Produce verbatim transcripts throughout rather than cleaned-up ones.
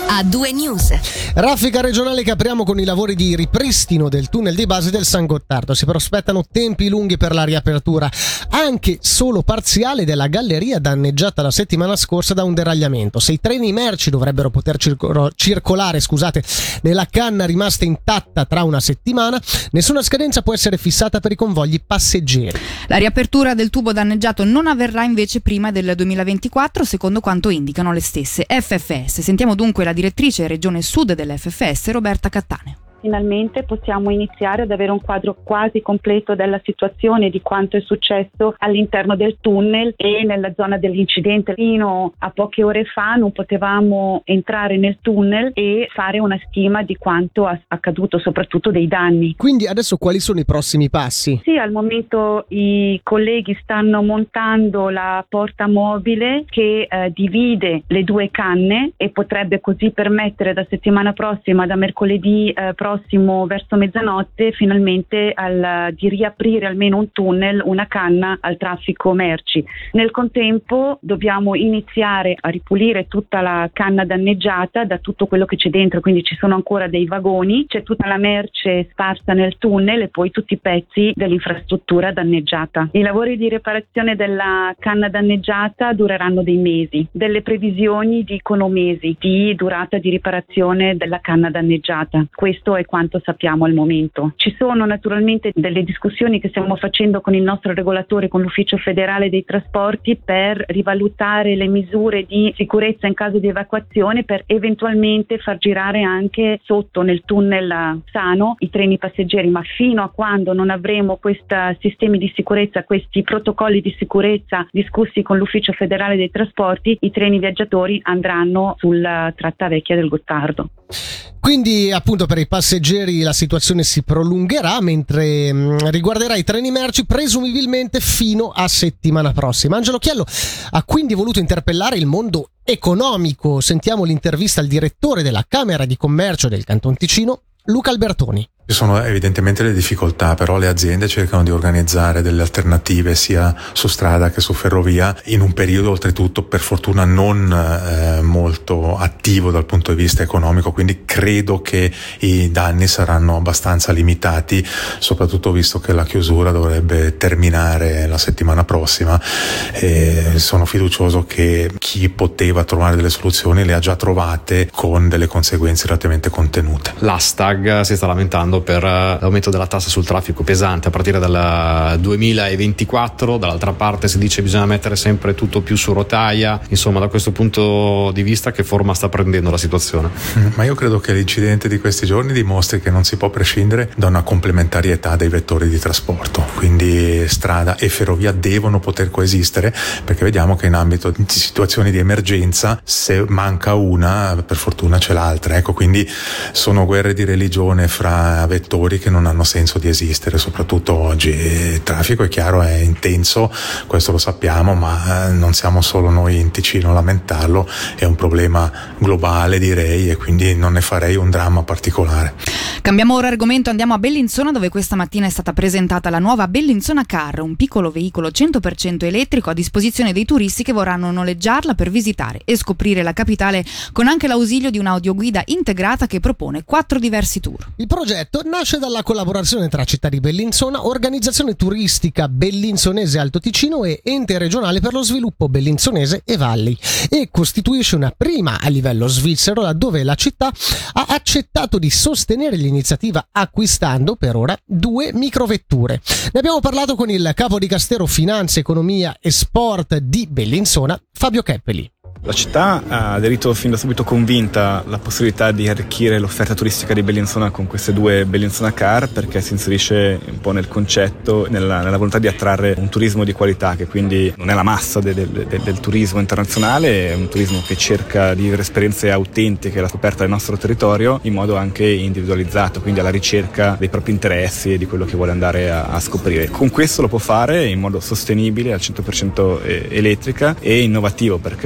A due News. Raffica regionale che apriamo con i lavori di ripristino del tunnel di base del San Gottardo. Si prospettano tempi lunghi per la riapertura, anche solo parziale, della galleria danneggiata la settimana scorsa da un deragliamento. Se i treni merci dovrebbero poter circo- circolare scusate, nella canna rimasta intatta tra una settimana, nessuna scadenza può essere fissata per i convogli passeggeri. La riapertura del tubo danneggiato non avverrà invece prima del duemilaventiquattro, secondo quanto indicano le stesse F F S. Sentiamo dunque la direttrice regione sud dell'F F S, Roberta Cattane. Finalmente possiamo iniziare ad avere un quadro quasi completo della situazione, di quanto è successo all'interno del tunnel e nella zona dell'incidente. Fino a poche ore fa non potevamo entrare nel tunnel e fare una stima di quanto è accaduto, soprattutto dei danni. Quindi adesso quali sono i prossimi passi? Sì, al momento i colleghi stanno montando la porta mobile che eh, divide le due canne e potrebbe così permettere da settimana prossima, da mercoledì eh, prossimo verso mezzanotte, finalmente al, di riaprire almeno un tunnel, una canna al traffico merci. Nel contempo dobbiamo iniziare a ripulire tutta la canna danneggiata da tutto quello che c'è dentro, quindi ci sono ancora dei vagoni, c'è tutta la merce sparsa nel tunnel e poi tutti i pezzi dell'infrastruttura danneggiata. I lavori di riparazione della canna danneggiata dureranno dei mesi, delle previsioni dicono mesi di durata di riparazione della canna danneggiata. Questo è quanto sappiamo al momento. Ci sono naturalmente delle discussioni che stiamo facendo con il nostro regolatore, con l'Ufficio Federale dei Trasporti, per rivalutare le misure di sicurezza in caso di evacuazione, per eventualmente far girare anche sotto nel tunnel Sano i treni passeggeri, ma fino a quando non avremo questi sistemi di sicurezza, questi protocolli di sicurezza discussi con l'Ufficio Federale dei Trasporti, i treni viaggiatori andranno sulla tratta vecchia del Gottardo. Quindi appunto per i passeggeri la situazione si prolungherà, mentre mh, riguarderà i treni merci presumibilmente fino a settimana prossima. Angelo Chiello ha quindi voluto interpellare il mondo economico. Sentiamo l'intervista al direttore della Camera di Commercio del Canton Ticino, Luca Albertoni. Ci sono evidentemente le difficoltà, però le aziende cercano di organizzare delle alternative sia su strada che su ferrovia, in un periodo oltretutto per fortuna non eh, molto attivo dal punto di vista economico, quindi credo che i danni saranno abbastanza limitati, soprattutto visto che la chiusura dovrebbe terminare la settimana prossima. E sono fiducioso che chi poteva trovare delle soluzioni le ha già trovate, con delle conseguenze relativamente contenute. L'Astag si sta lamentando per l'aumento della tassa sul traffico pesante a partire dal duemilaventiquattro, dall'altra parte si dice che bisogna mettere sempre tutto più su rotaia. Insomma, da questo punto di vista che forma sta prendendo la situazione? Ma io credo che l'incidente di questi giorni dimostri che non si può prescindere da una complementarietà dei vettori di trasporto, quindi strada e ferrovia devono poter coesistere, perché vediamo che in ambito di situazioni di emergenza, se manca una per fortuna c'è l'altra, ecco, quindi sono guerre di religione fra vettori che non hanno senso di esistere, soprattutto oggi. Il traffico è chiaro, è intenso, questo lo sappiamo, ma non siamo solo noi in Ticino a lamentarlo, è un problema globale direi, e quindi non ne farei un dramma particolare. Cambiamo ora argomento, andiamo a Bellinzona, dove questa mattina è stata presentata la nuova Bellinzona Car, un piccolo veicolo cento per cento elettrico a disposizione dei turisti che vorranno noleggiarla per visitare e scoprire la capitale, con anche l'ausilio di un'audioguida integrata che propone quattro diversi tour. Il progetto nasce dalla collaborazione tra Città di Bellinzona, Organizzazione Turistica Bellinzonese Alto Ticino e Ente Regionale per lo Sviluppo Bellinzonese e Valli, e costituisce una prima a livello svizzero, laddove la città ha accettato di sostenere l'iniziativa acquistando per ora due microvetture. Ne abbiamo parlato con il capo di Castero Finanza, Economia e Sport di Bellinzona, Fabio Keppeli. La città ha aderito fin da subito convinta alla possibilità di arricchire l'offerta turistica di Bellinzona con queste due Bellinzona Car, perché si inserisce un po' nel concetto, nella, nella volontà di attrarre un turismo di qualità, che quindi non è la massa de, de, de, del turismo internazionale, è un turismo che cerca di vivere esperienze autentiche, la scoperta del nostro territorio in modo anche individualizzato, quindi alla ricerca dei propri interessi e di quello che vuole andare a, a scoprire. Con questo lo può fare in modo sostenibile, al cento per cento elettrica e innovativo, perché sfrutta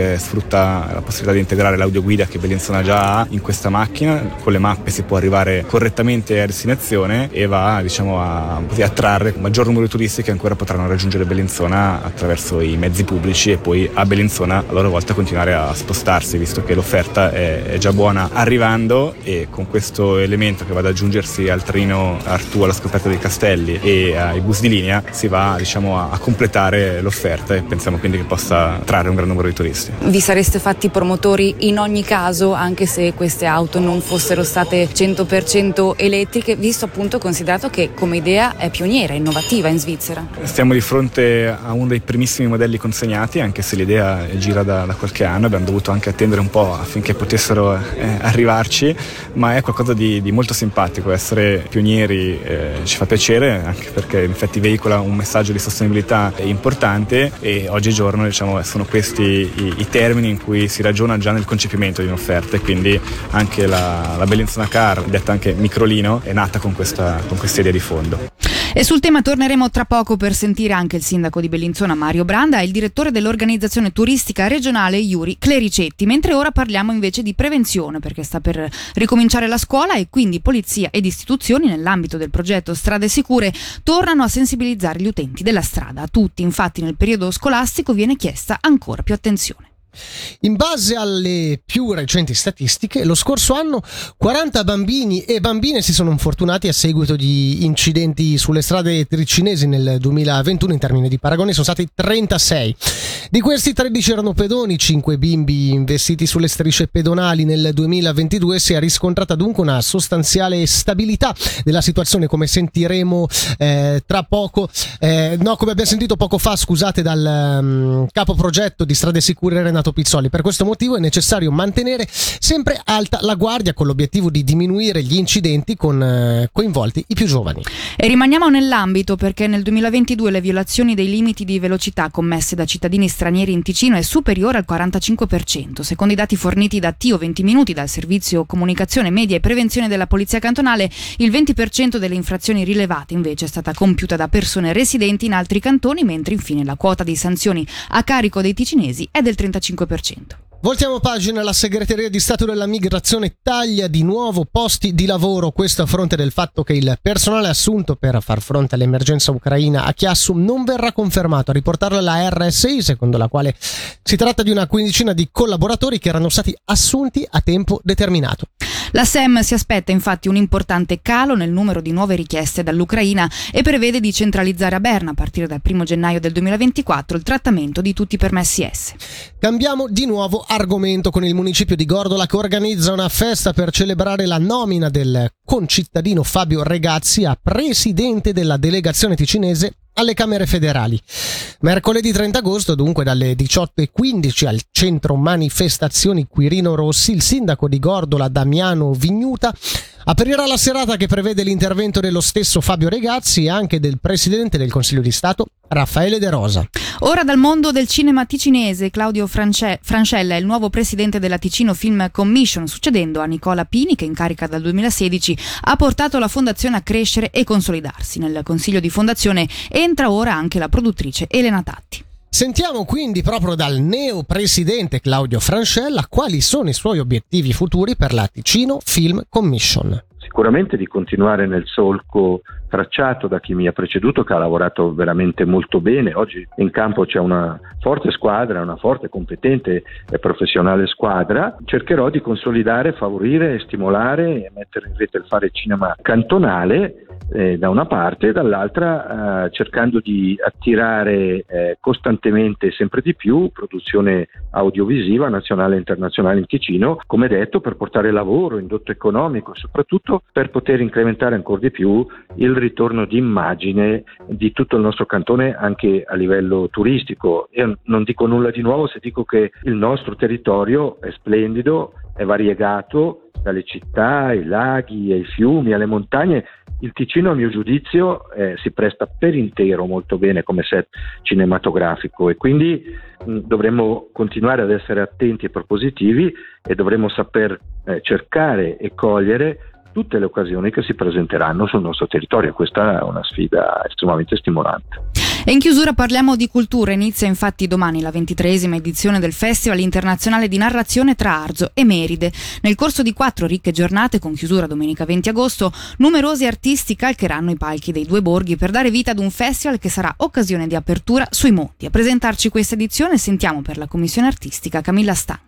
porta la possibilità di integrare l'audioguida che Bellinzona già ha in questa macchina. Con le mappe si può arrivare correttamente a destinazione e va, diciamo, a così attrarre un maggior numero di turisti che ancora potranno raggiungere Bellinzona attraverso i mezzi pubblici e poi a Bellinzona a loro volta continuare a spostarsi, visto che l'offerta è, è già buona arrivando, e con questo elemento che va ad aggiungersi al treno Artù alla scoperta dei castelli e ai bus di linea si va, diciamo, a, a completare l'offerta, e pensiamo quindi che possa trarre un gran numero di turisti. Vi sareste fatti promotori in ogni caso, anche se queste auto non fossero state cento per cento elettriche, visto appunto considerato che come idea è pioniera, innovativa in Svizzera? Stiamo di fronte a uno dei primissimi modelli consegnati, anche se l'idea gira da, da qualche anno, abbiamo dovuto anche attendere un po' affinché potessero eh, arrivarci, ma è qualcosa di, di molto simpatico. Essere pionieri eh, ci fa piacere, anche perché in effetti veicola un messaggio di sostenibilità importante, e oggigiorno, diciamo, sono questi i, i termini in cui si ragiona già nel concepimento di un'offerta, e quindi anche la, la Bellinzona Car, detta anche Microlino, è nata con questa, con questa idea di fondo. E sul tema torneremo tra poco per sentire anche il sindaco di Bellinzona Mario Branda e il direttore dell'organizzazione turistica regionale Yuri Clericetti, mentre ora parliamo invece di prevenzione, perché sta per ricominciare la scuola e quindi polizia ed istituzioni nell'ambito del progetto Strade Sicure tornano a sensibilizzare gli utenti della strada. A tutti infatti nel periodo scolastico viene chiesta ancora più attenzione. In base alle più recenti statistiche, lo scorso anno quaranta bambini e bambine si sono infortunati a seguito di incidenti sulle strade tricinesi. Nel duemilaventuno, in termini di paragone, sono stati trentasei. Di questi tredici erano pedoni, cinque bimbi investiti sulle strisce pedonali. Nel duemilaventidue si è riscontrata dunque una sostanziale stabilità della situazione, come sentiremo eh, tra poco, eh, no, come abbiamo sentito poco fa, scusate, dal um, capo progetto di Strade Sicure Renato Pizzoli. Per questo motivo è necessario mantenere sempre alta la guardia, con l'obiettivo di diminuire gli incidenti con eh, coinvolti i più giovani. E rimaniamo nell'ambito, perché nel duemilaventidue le violazioni dei limiti di velocità commesse da cittadini stranieri in Ticino è superiore al quarantacinque per cento. Secondo i dati forniti da Tio venti Minuti, dal servizio comunicazione media e prevenzione della polizia cantonale, il venti per cento delle infrazioni rilevate invece è stata compiuta da persone residenti in altri cantoni, mentre infine la quota di sanzioni a carico dei ticinesi è del trentacinque per cento. Voltiamo pagina. La segreteria di Stato della Migrazione taglia di nuovo posti di lavoro, questo a fronte del fatto che il personale assunto per far fronte all'emergenza ucraina a Chiasso non verrà confermato. A riportarlo la R S I, secondo la quale si tratta di una quindicina di collaboratori che erano stati assunti a tempo determinato. La S E M si aspetta infatti un importante calo nel numero di nuove richieste dall'Ucraina e prevede di centralizzare a Berna, a partire dal primo gennaio del duemilaventiquattro, il trattamento di tutti i permessi S. Cambiamo di nuovo argomento, con il municipio di Gordola che organizza una festa per celebrare la nomina del concittadino Fabio Regazzi a presidente della delegazione ticinese alle Camere federali. Mercoledì trenta agosto, dunque, dalle diciotto e quindici al centro manifestazioni Quirino Rossi, il sindaco di Gordola Damiano Vignuta aprirà la serata che prevede l'intervento dello stesso Fabio Regazzi e anche del presidente del Consiglio di Stato Raffaele De Rosa. Ora dal mondo del cinema ticinese, Claudio France- Francella è il nuovo presidente della Ticino Film Commission, succedendo a Nicola Pini, che in carica dal duemilasedici ha portato la fondazione a crescere e consolidarsi. Nel consiglio di fondazione entra ora anche la produttrice Elena Tatti. Sentiamo quindi proprio dal neo presidente Claudio Francella quali sono i suoi obiettivi futuri per la Ticino Film Commission. Sicuramente di continuare nel solco tracciato da chi mi ha preceduto, che ha lavorato veramente molto bene. Oggi in campo c'è una forte squadra, una forte, competente e professionale squadra. Cercherò di consolidare, favorire, stimolare e mettere in rete il fare cinema cantonale eh, da una parte, e dall'altra eh, cercando di attirare eh, costantemente sempre di più produzione audiovisiva nazionale e internazionale in Ticino, come detto, per portare lavoro, indotto economico e soprattutto per poter incrementare ancora di più il ritorno di immagine di tutto il nostro cantone anche a livello turistico. Io non dico nulla di nuovo se dico che il nostro territorio è splendido, è variegato, dalle città ai laghi, ai fiumi, alle montagne. Il Ticino, a mio giudizio, eh, si presta per intero molto bene come set cinematografico, e quindi mh, dovremmo continuare ad essere attenti e propositivi, e dovremmo saper eh, cercare e cogliere tutte le occasioni che si presenteranno sul nostro territorio. Questa è una sfida estremamente stimolante. E in chiusura parliamo di cultura. Inizia infatti domani la ventitreesima edizione del Festival Internazionale di Narrazione tra Arzo e Meride. Nel corso di quattro ricche giornate, con chiusura domenica venti agosto, numerosi artisti calcheranno i palchi dei due borghi per dare vita ad un festival che sarà occasione di apertura sui monti. A presentarci questa edizione sentiamo per la commissione artistica Camilla Stanga.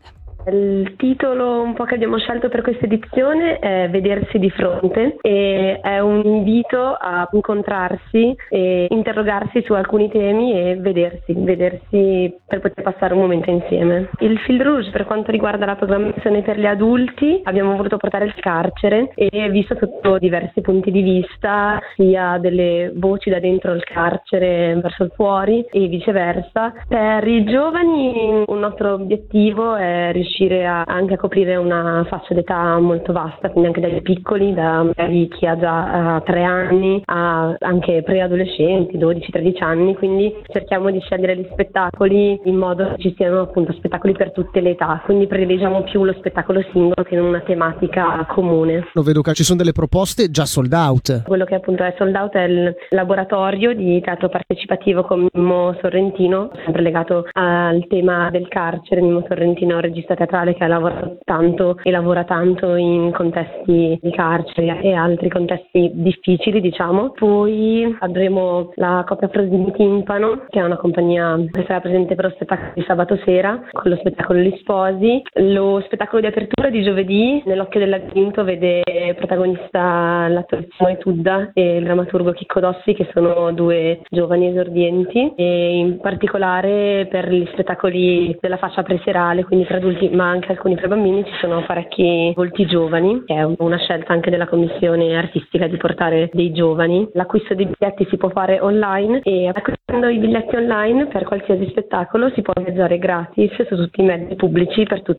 Il titolo un po' che abbiamo scelto per questa edizione è Vedersi di fronte, e è un invito a incontrarsi e interrogarsi su alcuni temi e vedersi, vedersi per poter passare un momento insieme. Il fil rouge per quanto riguarda la programmazione per gli adulti, abbiamo voluto portare il carcere e visto sotto diversi punti di vista, sia delle voci da dentro il carcere verso il fuori e viceversa. Per i giovani un nostro obiettivo è riuscire a, anche a coprire una fascia d'età molto vasta, quindi anche dai piccoli, da magari chi ha già uh, tre anni a anche preadolescenti, dodici tredici anni, quindi cerchiamo di scegliere gli spettacoli in modo che ci siano appunto spettacoli per tutte le età, quindi privilegiamo più lo spettacolo singolo che una tematica comune. Lo vedo che ci sono delle proposte già sold out. Quello che appunto è sold out è il laboratorio di teatro partecipativo con Mimmo Sorrentino, sempre legato al tema del carcere. Mimmo Sorrentino è un regista teatrale che ha lavorato tanto e lavora tanto in contesti di carcere e altri contesti difficili, diciamo. Poi avremo la Coppia Frosini Timpano, che è una compagnia che sarà presente per lo spettacolo di sabato sera con lo spettacolo Gli Sposi. Lo spettacolo di apertura di giovedì, Nell'occhio del labirinto, vede protagonista l'attore Simone Tudda e il drammaturgo Chicco Dossi, che sono due giovani esordienti, e in particolare per gli spettacoli della fascia preserale, quindi per adulti ma anche alcuni per bambini, ci sono parecchi volti giovani, che è una scelta anche della commissione artistica di portare dei giovani. L'acquisto dei biglietti si può fare online e acquistando i biglietti online per qualsiasi spettacolo si può viaggiare gratis su tutti i mezzi pubblici per tutti